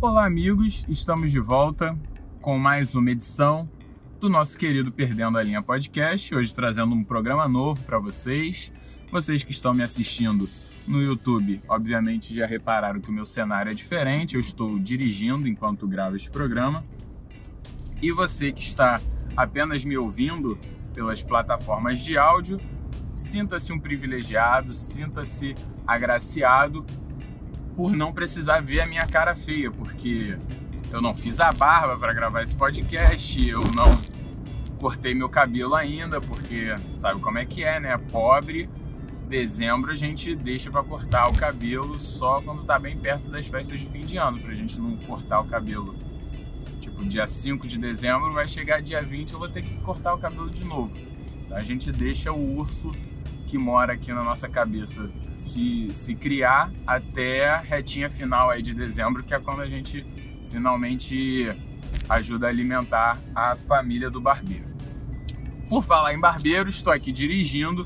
Olá, amigos, estamos de volta com mais uma edição do nosso querido Perdendo a Linha Podcast, hoje trazendo um programa novo para vocês. Vocês que estão me assistindo no YouTube, obviamente já repararam que o meu cenário é diferente, eu estou dirigindo enquanto gravo este programa. E você que está apenas me ouvindo pelas plataformas de áudio, sinta-se um privilegiado, sinta-se agraciado por não precisar ver a minha cara feia, porque eu não fiz a barba para gravar esse podcast, eu não cortei meu cabelo ainda, porque sabe como é que é, né? Pobre, dezembro a gente deixa para cortar o cabelo só quando tá bem perto das festas de fim de ano, pra gente não cortar o cabelo. Tipo, dia 5 de dezembro vai chegar dia 20, eu vou ter que cortar o cabelo de novo. Então a gente deixa o urso que mora aqui na nossa cabeça se criar até a retinha final aí de dezembro, que é quando a gente finalmente ajuda a alimentar a família do barbeiro. Por falar em barbeiro, estou aqui dirigindo,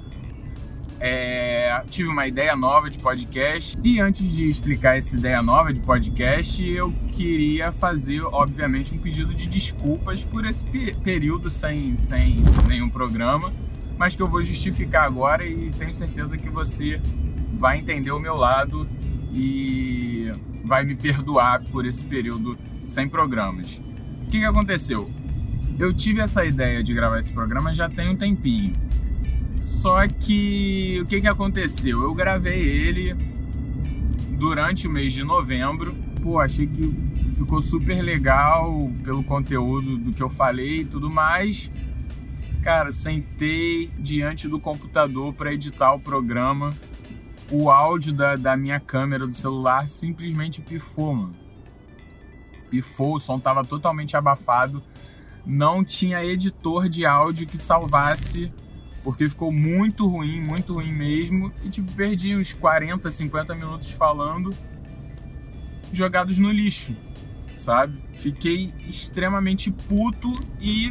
tive uma ideia nova de podcast, e antes de explicar essa ideia nova de podcast, eu queria fazer, obviamente, um pedido de desculpas por esse período sem nenhum programa, mas que eu vou justificar agora e tenho certeza que você vai entender o meu lado e vai me perdoar por esse período sem programas. O que aconteceu? Eu tive essa ideia de gravar esse programa já tem um tempinho. Só que o que aconteceu? Eu gravei ele durante o mês de novembro. Achei que ficou super legal pelo conteúdo do que eu falei e tudo mais. Cara, sentei diante do computador para editar o programa. O áudio da minha câmera do celular simplesmente pifou, mano. Pifou, o som tava totalmente abafado. Não tinha editor de áudio que salvasse, porque ficou muito ruim mesmo. E tipo, perdi uns 40, 50 minutos falando, jogados no lixo, sabe? Fiquei extremamente puto e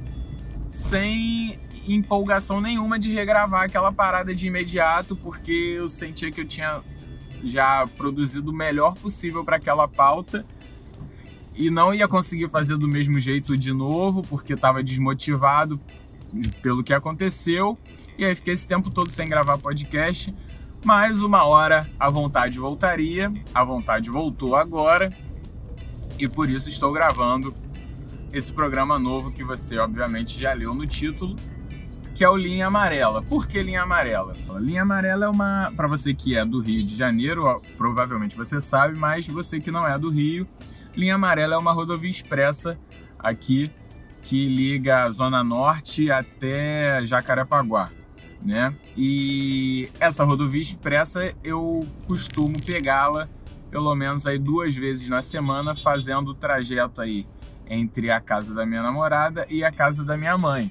sem empolgação nenhuma de regravar aquela parada de imediato, porque eu sentia que eu tinha já produzido o melhor possível para aquela pauta e não ia conseguir fazer do mesmo jeito de novo, porque estava desmotivado pelo que aconteceu, e aí fiquei esse tempo todo sem gravar podcast, mas uma hora a vontade voltaria, a vontade voltou agora, e por isso estou gravando esse programa novo que você obviamente já leu no título, que é o Linha Amarela. Por que Linha Amarela? Linha Amarela é uma... Para você que é do Rio de Janeiro, provavelmente você sabe, mas você que não é do Rio, Linha Amarela é uma rodovia expressa aqui que liga a Zona Norte até Jacarepaguá, né? E essa rodovia expressa eu costumo pegá-la pelo menos aí 2 vezes na semana, fazendo o trajeto aí entre a casa da minha namorada e a casa da minha mãe.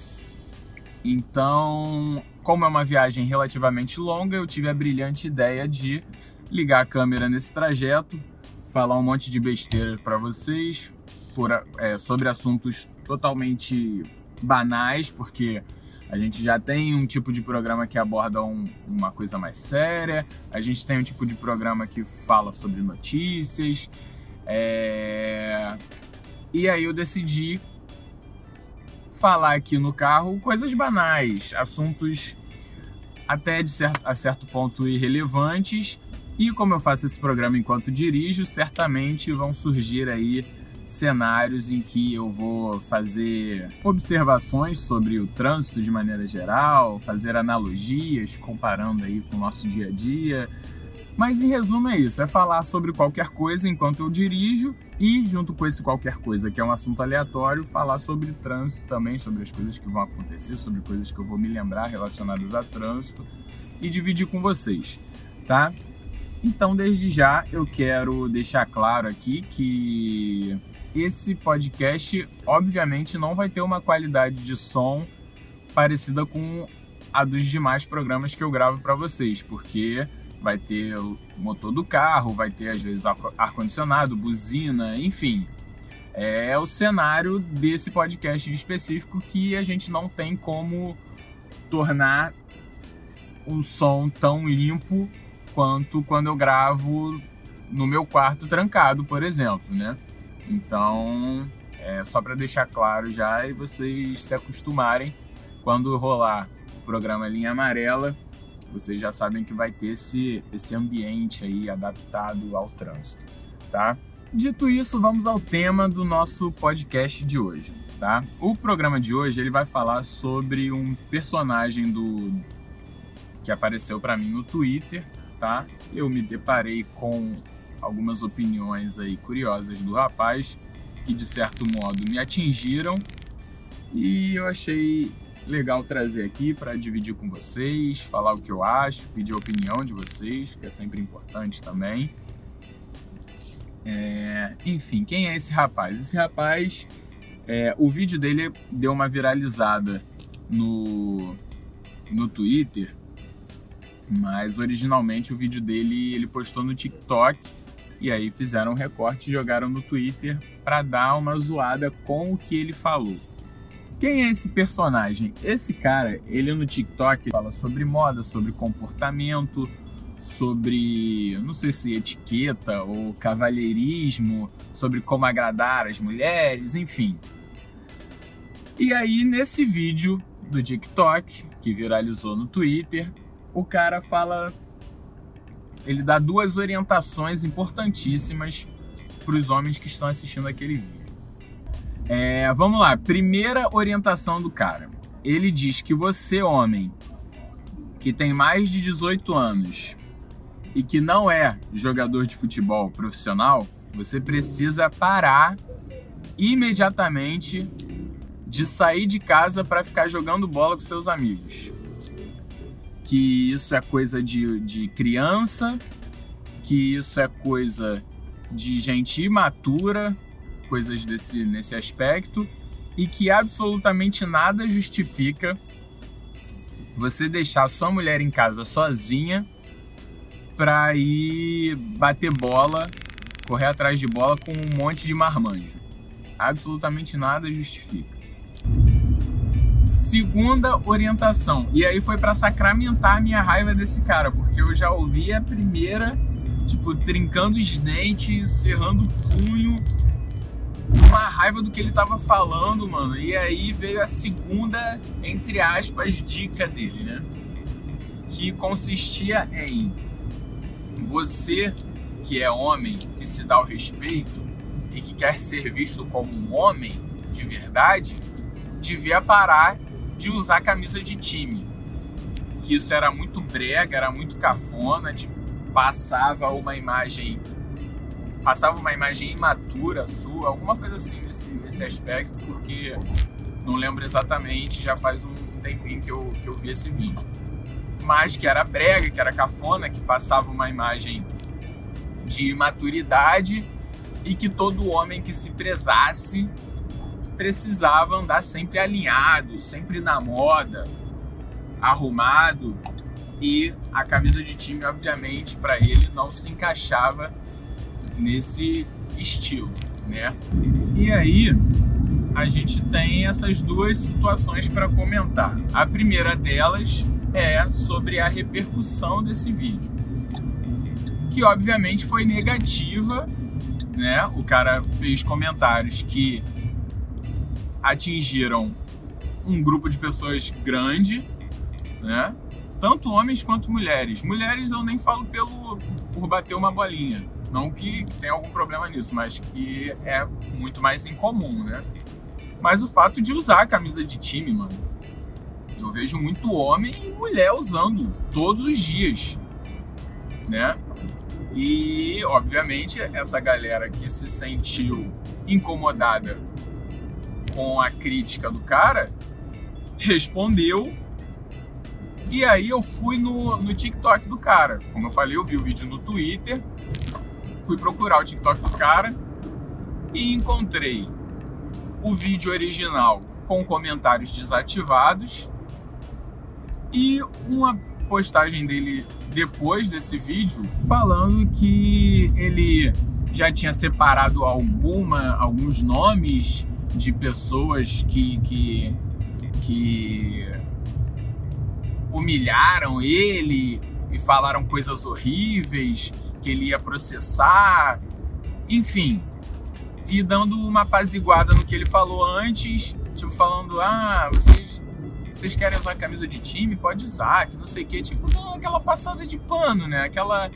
Então, como é uma viagem relativamente longa, eu tive a brilhante ideia de ligar a câmera nesse trajeto, falar um monte de besteira para vocês sobre assuntos totalmente banais, porque a gente já tem um tipo de programa que aborda uma coisa mais séria, a gente tem um tipo de programa que fala sobre notícias, e aí eu decidi falar aqui no carro coisas banais, assuntos até a certo ponto irrelevantes, e como eu faço esse programa enquanto dirijo, certamente vão surgir aí cenários em que eu vou fazer observações sobre o trânsito de maneira geral, fazer analogias comparando aí com o nosso dia a dia. Mas em resumo é isso, é falar sobre qualquer coisa enquanto eu dirijo e junto com esse qualquer coisa, que é um assunto aleatório, falar sobre trânsito também, sobre as coisas que vão acontecer, sobre coisas que eu vou me lembrar relacionadas a trânsito e dividir com vocês, tá? Então, desde já, eu quero deixar claro aqui que esse podcast, obviamente, não vai ter uma qualidade de som parecida com a dos demais programas que eu gravo para vocês, porque vai ter o motor do carro, vai ter às vezes ar-condicionado, buzina, enfim. É o cenário desse podcast em específico que a gente não tem como tornar um som tão limpo quanto quando eu gravo no meu quarto trancado, por exemplo, né? Então, só para deixar claro já e vocês se acostumarem, quando rolar o programa Linha Amarela, vocês já sabem que vai ter esse ambiente aí adaptado ao trânsito, tá? Dito isso, vamos ao tema do nosso podcast de hoje, tá? O programa de hoje ele vai falar sobre um personagem que apareceu para mim no Twitter, tá? Eu me deparei com algumas opiniões aí curiosas do rapaz que de certo modo me atingiram e eu achei legal trazer aqui para dividir com vocês, falar o que eu acho, pedir a opinião de vocês, que é sempre importante também. Enfim, quem é esse rapaz? Esse rapaz, o vídeo dele deu uma viralizada no Twitter, mas originalmente o vídeo dele ele postou no TikTok e aí fizeram um recorte e jogaram no Twitter para dar uma zoada com o que ele falou. Quem é esse personagem? Esse cara, ele no TikTok fala sobre moda, sobre comportamento, sobre, não sei se etiqueta ou cavalheirismo, sobre como agradar as mulheres, enfim. E aí, nesse vídeo do TikTok, que viralizou no Twitter, o cara fala, ele dá duas orientações importantíssimas para os homens que estão assistindo aquele vídeo. Vamos lá, primeira orientação do cara. Ele diz que você, homem, que tem mais de 18 anos e que não é jogador de futebol profissional, você precisa parar imediatamente de sair de casa para ficar jogando bola com seus amigos. Que isso é coisa de criança, que isso é coisa de gente imatura, coisas nesse aspecto, e que absolutamente nada justifica você deixar sua mulher em casa sozinha para ir bater bola, correr atrás de bola com um monte de marmanjo. Absolutamente nada justifica. Segunda orientação, e aí foi para sacramentar a minha raiva desse cara, porque eu já ouvi a primeira, tipo, trincando os dentes, cerrando o punho, uma raiva do que ele tava falando, mano. E aí veio a segunda, entre aspas, dica dele, né? Que consistia em você, que é homem, que se dá o respeito e que quer ser visto como um homem de verdade, devia parar de usar camisa de time. Que isso era muito brega, era muito cafona, tipo, passava uma imagem imatura sua, alguma coisa assim nesse aspecto, porque não lembro exatamente, já faz um tempinho que eu vi esse vídeo. Mas que era brega, que era cafona, que passava uma imagem de imaturidade e que todo homem que se prezasse precisava andar sempre alinhado, sempre na moda, arrumado, e a camisa de time, obviamente, para ele não se encaixava nesse estilo, né? E aí a gente tem essas duas situações para comentar. A primeira delas é sobre a repercussão desse vídeo, que obviamente foi negativa, né? O cara fez comentários que atingiram um grupo de pessoas grande, né? Tanto homens quanto mulheres. Mulheres eu nem falo por bater uma bolinha. Não que tenha algum problema nisso, mas que é muito mais incomum, né? Mas o fato de usar a camisa de time, mano, eu vejo muito homem e mulher usando todos os dias, né? E, obviamente, essa galera que se sentiu incomodada com a crítica do cara, respondeu. E aí eu fui no TikTok do cara. Como eu falei, eu vi o vídeo no Twitter, fui procurar o TikTok do cara e encontrei o vídeo original com comentários desativados e uma postagem dele depois desse vídeo falando que ele já tinha separado alguns nomes de pessoas que humilharam ele e falaram coisas horríveis que ele ia processar, enfim, e dando uma apaziguada no que ele falou antes, tipo, falando, vocês querem usar camisa de time? Pode usar, que não sei o que, tipo, aquela passada de pano, né, aquela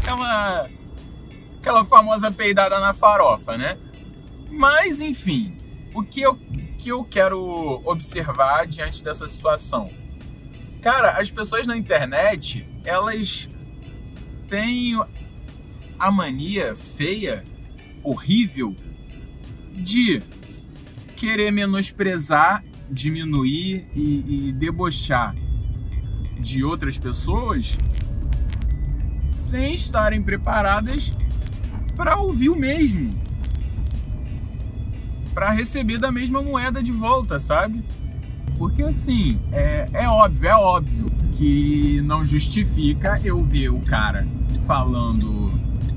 famosa peidada na farofa, né? Mas, enfim, o que eu quero observar diante dessa situação? Cara, as pessoas na internet, elas têm a mania feia, horrível, de querer menosprezar, diminuir e debochar de outras pessoas sem estarem preparadas para ouvir o mesmo, para receber da mesma moeda de volta, sabe? Porque assim, é óbvio que não justifica eu ver o cara falando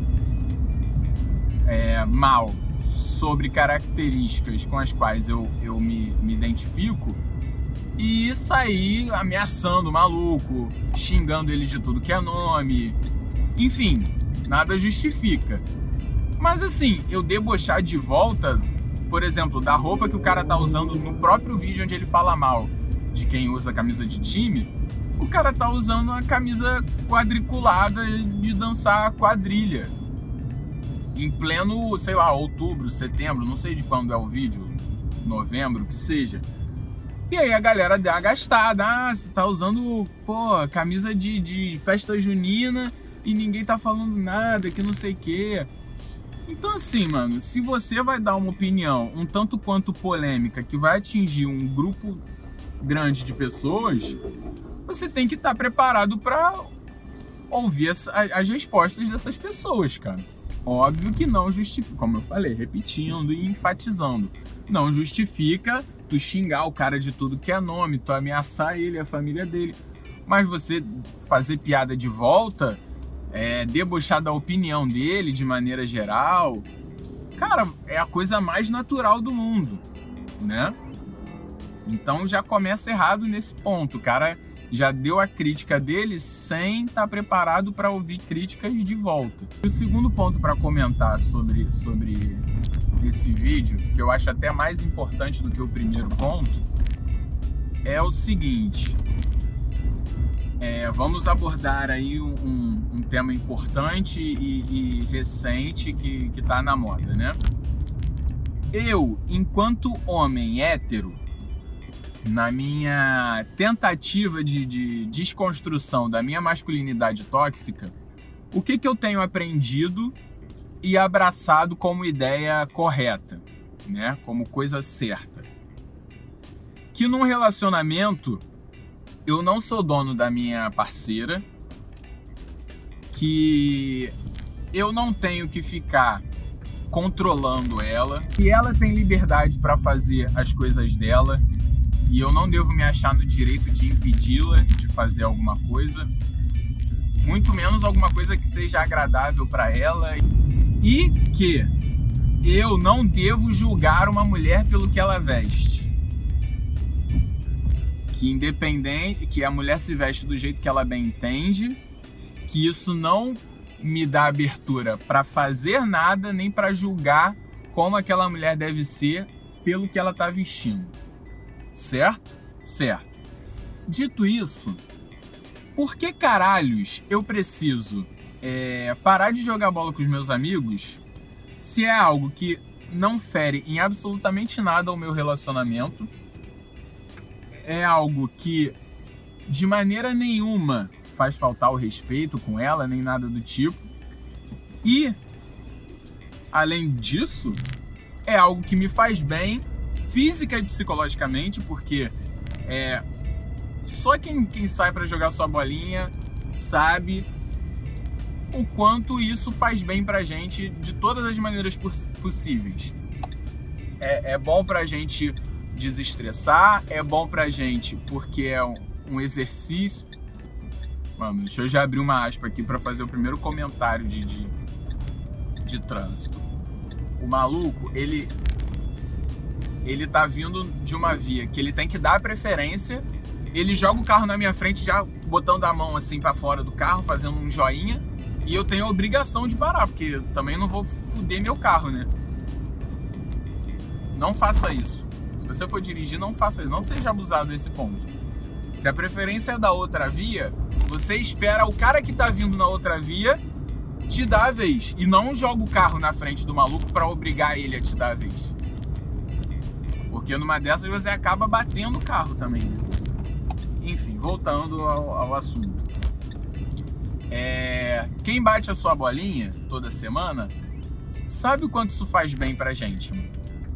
mal sobre características com as quais eu me identifico e sair ameaçando o maluco, xingando ele de tudo que é nome, enfim, nada justifica. Mas assim, eu debochar de volta, por exemplo, da roupa que o cara tá usando no próprio vídeo onde ele fala mal de quem usa camisa de time, o cara tá usando uma camisa quadriculada de dançar quadrilha em pleno, sei lá, outubro, setembro, não sei de quando é o vídeo, novembro, que seja. E aí a galera dá a gastada, você tá usando, camisa de festa junina e ninguém tá falando nada, que não sei o quê. Então assim, mano, se você vai dar uma opinião um tanto quanto polêmica que vai atingir um grupo grande de pessoas, você tem que estar preparado para ouvir as respostas dessas pessoas, cara. Óbvio que não justifica, como eu falei, repetindo e enfatizando, não justifica tu xingar o cara de tudo que é nome, tu ameaçar ele, a família dele, mas você fazer piada de volta, debochar da opinião dele de maneira geral, cara, é a coisa mais natural do mundo, né? Então já começa errado nesse ponto, o cara já deu a crítica dele sem estar preparado para ouvir críticas de volta. E o segundo ponto para comentar sobre esse vídeo, que eu acho até mais importante do que o primeiro ponto, é o seguinte: vamos abordar aí um tema importante e recente que está na moda, né? Eu, enquanto homem hétero, na minha tentativa de desconstrução da minha masculinidade tóxica, o que eu tenho aprendido e abraçado como ideia correta, né? Como coisa certa. Que num relacionamento eu não sou dono da minha parceira, que eu não tenho que ficar controlando ela, que ela tem liberdade para fazer as coisas dela, e eu não devo me achar no direito de impedi-la de fazer alguma coisa, muito menos alguma coisa que seja agradável para ela, e que eu não devo julgar uma mulher pelo que ela veste. Que independente, que a mulher se veste do jeito que ela bem entende, que isso não me dá abertura para fazer nada nem para julgar como aquela mulher deve ser pelo que ela está vestindo. Certo? Certo. Dito isso, por que caralhos eu preciso parar de jogar bola com os meus amigos se é algo que não fere em absolutamente nada ao meu relacionamento, é algo que de maneira nenhuma faz faltar o respeito com ela, nem nada do tipo, e além disso, é algo que me faz bem física e psicologicamente, porque só quem sai para jogar sua bolinha sabe o quanto isso faz bem pra gente de todas as maneiras possíveis. É bom pra gente desestressar, é bom pra gente porque é um exercício. Mano, deixa eu já abrir uma aspa aqui pra fazer o primeiro comentário de trânsito. O maluco, ele tá vindo de uma via que ele tem que dar preferência, ele joga o carro na minha frente já botando a mão assim pra fora do carro, fazendo um joinha, E eu tenho a obrigação de parar, porque também não vou foder meu carro, né? Não faça isso. Se você for dirigir, não faça isso. Não seja abusado nesse ponto. Se a preferência é da outra via, você espera o cara que tá vindo na outra via te dar a vez. E não joga o carro na frente do maluco pra obrigar ele a te dar a vez. Porque numa dessas você acaba batendo o carro também. Enfim, voltando ao assunto. Quem bate a sua bolinha toda semana sabe o quanto isso faz bem pra gente, mano.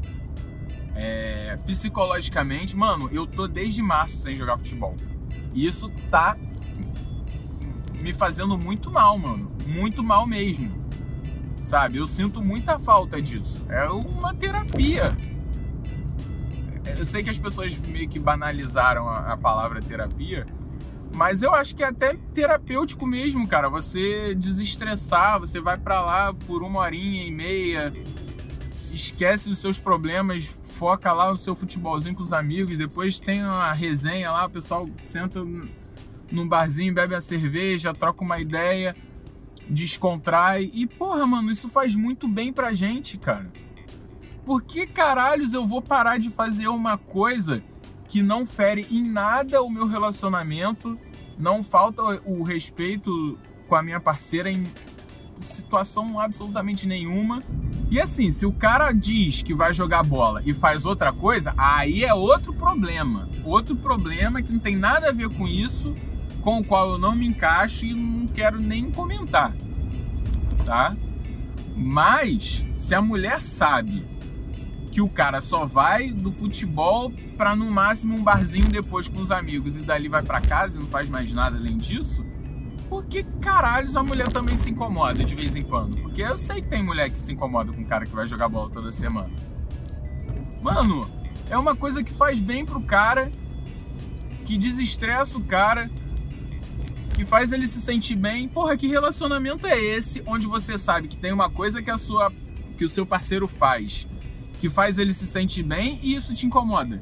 Psicologicamente, mano, eu tô desde março sem jogar futebol. E isso tá me fazendo muito mal, mano. Muito mal mesmo. Sabe? Eu sinto muita falta disso. É uma terapia. Eu sei que as pessoas meio que banalizaram a palavra terapia, mas eu acho que é até terapêutico mesmo, cara. Você desestressar, você vai pra lá por 1h30, esquece dos seus problemas, foca lá no seu futebolzinho com os amigos, depois tem uma resenha lá, o pessoal senta num barzinho, bebe a cerveja, troca uma ideia, descontrai. E, porra, mano, isso faz muito bem pra gente, cara. Por que caralhos eu vou parar de fazer uma coisa que não fere em nada o meu relacionamento, não falta o respeito com a minha parceira em situação absolutamente nenhuma? E assim, se o cara diz que vai jogar bola e faz outra coisa, aí é outro problema. Outro problema que não tem nada a ver com isso, com o qual eu não me encaixo e não quero nem comentar, tá? Mas, se a mulher sabe que o cara só vai do futebol pra no máximo um barzinho depois com os amigos e dali vai pra casa e não faz mais nada além disso, por que caralhos a mulher também se incomoda de vez em quando? Porque eu sei que tem mulher que se incomoda com um cara que vai jogar bola toda semana. Mano, é uma coisa que faz bem pro cara, que desestressa o cara, que faz ele se sentir bem. Porra, que relacionamento é esse onde você sabe que tem uma coisa que o seu parceiro faz, que faz ele se sentir bem e isso te incomoda?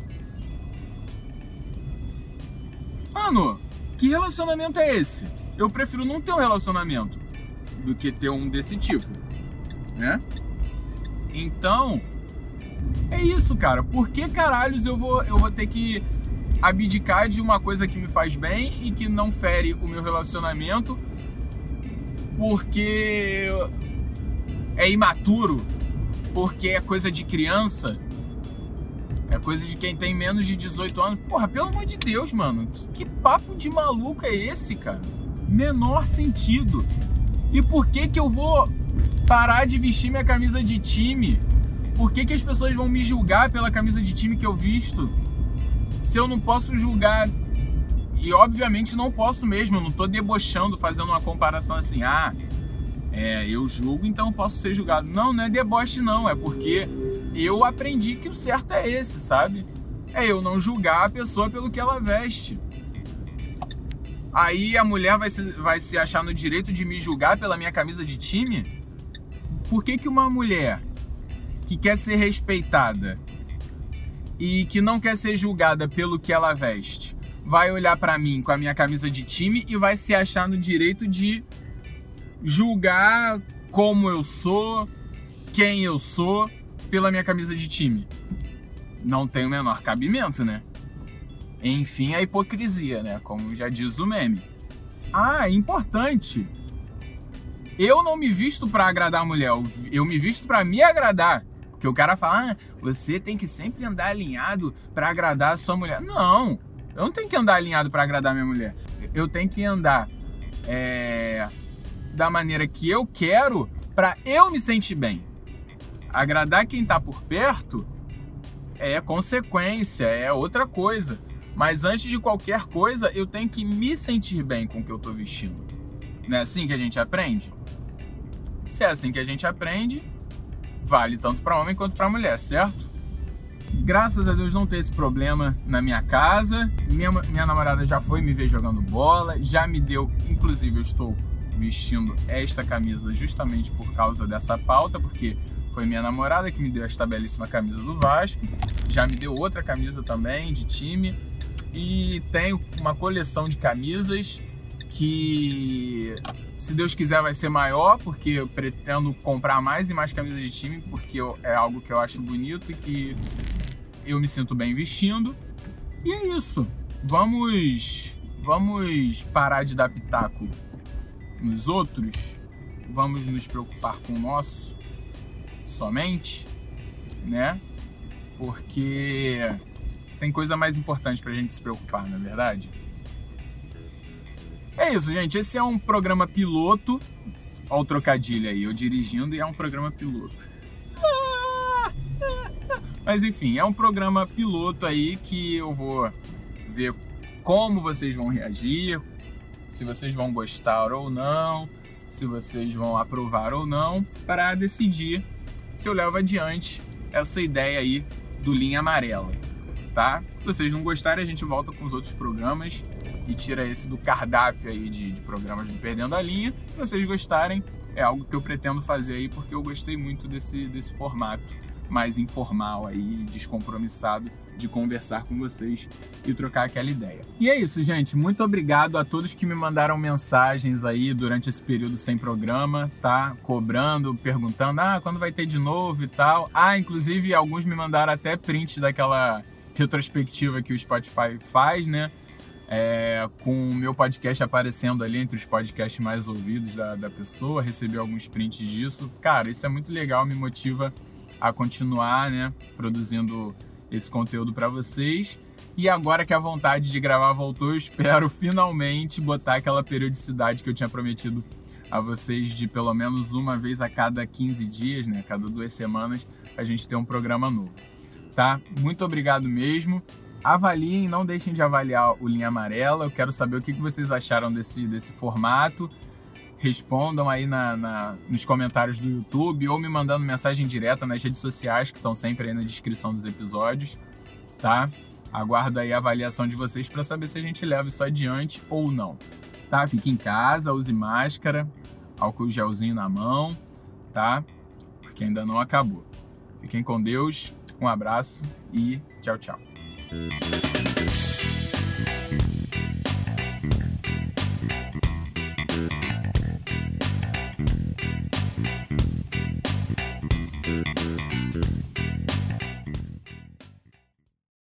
Mano, que relacionamento é esse? Eu prefiro não ter um relacionamento do que ter um desse tipo, né? Então, é isso, cara. Por que caralhos eu vou ter que abdicar de uma coisa que me faz bem e que não fere o meu relacionamento porque é imaturo, porque é coisa de criança, é coisa de quem tem menos de 18 anos. Porra, pelo amor de Deus, mano. Que papo de maluco é esse, cara? Menor sentido. E por que eu vou parar de vestir minha camisa de time? Por que as pessoas vão me julgar pela camisa de time que eu visto? Se eu não posso julgar... E obviamente não posso mesmo. Eu não tô debochando, fazendo uma comparação assim. Eu julgo, então posso ser julgado. Não é deboche não. É porque eu aprendi que o certo é esse, sabe? É eu não julgar a pessoa pelo que ela veste. Aí a mulher vai se achar no direito de me julgar pela minha camisa de time? Por que uma mulher que quer ser respeitada e que não quer ser julgada pelo que ela veste vai olhar pra mim com a minha camisa de time e vai se achar no direito de julgar como eu sou, quem eu sou, pela minha camisa de time? Não tem o menor cabimento, né? Enfim, a hipocrisia, né? Como já diz o meme. Importante. Eu não me visto pra agradar a mulher, eu me visto pra me agradar. Porque o cara fala, você tem que sempre andar alinhado pra agradar a sua mulher. Não, eu não tenho que andar alinhado pra agradar a minha mulher. Eu tenho que andar da maneira que eu quero pra eu me sentir bem. Agradar quem tá por perto é consequência, é outra coisa. Mas antes de qualquer coisa, eu tenho que me sentir bem com o que eu tô vestindo. Não é assim que a gente aprende? Se é assim que a gente aprende, vale tanto para homem quanto para mulher, certo? Graças a Deus não tem esse problema na minha casa. Minha namorada já foi me ver jogando bola, já me deu, inclusive eu estou vestindo esta camisa justamente por causa dessa pauta, porque foi minha namorada que me deu esta belíssima camisa do Vasco, já me deu outra camisa também de time, e tenho uma coleção de camisas que Se Deus quiser vai ser maior, porque eu pretendo comprar mais e mais camisas de time, porque é algo que eu acho bonito e que eu me sinto bem vestindo. E é isso. Vamos parar de dar pitaco nos outros. Vamos nos preocupar com o nosso somente, né? Porque tem coisa mais importante pra gente se preocupar, não é verdade? É isso, gente. Esse é um programa piloto. Olha o trocadilho aí, eu dirigindo e é um programa piloto. Mas enfim, é um programa piloto aí que eu vou ver como vocês vão reagir, se vocês vão gostar ou não, se vocês vão aprovar ou não, para decidir se eu levo adiante essa ideia aí do Linha Amarela, tá? Se vocês não gostarem, a gente volta com os outros programas e tira esse do cardápio aí de programas do Perdendo a Linha. Se vocês gostarem, é algo que eu pretendo fazer aí, porque eu gostei muito desse formato mais informal aí, descompromissado, de conversar com vocês e trocar aquela ideia. E é isso, gente. Muito obrigado a todos que me mandaram mensagens aí durante esse período sem programa, tá? Cobrando, perguntando, quando vai ter de novo e tal. Inclusive, alguns me mandaram até prints daquela retrospectiva que o Spotify faz, né? Com o meu podcast aparecendo ali entre os podcasts mais ouvidos da pessoa. Recebi alguns prints disso. Cara, isso é muito legal, me motiva a continuar, né, produzindo esse conteúdo para vocês. E agora que a vontade de gravar voltou, eu espero finalmente botar aquela periodicidade que eu tinha prometido a vocês de pelo menos uma vez a cada 15 dias, né, a cada 2 semanas, a gente ter um programa novo, tá? Muito obrigado mesmo. Avaliem, não deixem de avaliar o Linha Amarela. Eu quero saber o que vocês acharam desse formato. Respondam aí nos comentários do YouTube ou me mandando mensagem direta nas redes sociais que estão sempre aí na descrição dos episódios, tá? Aguardo aí a avaliação de vocês para saber se a gente leva isso adiante ou não, tá? Fique em casa, use máscara, álcool gelzinho na mão, tá? Porque ainda não acabou. Fiquem com Deus, um abraço e tchau, tchau.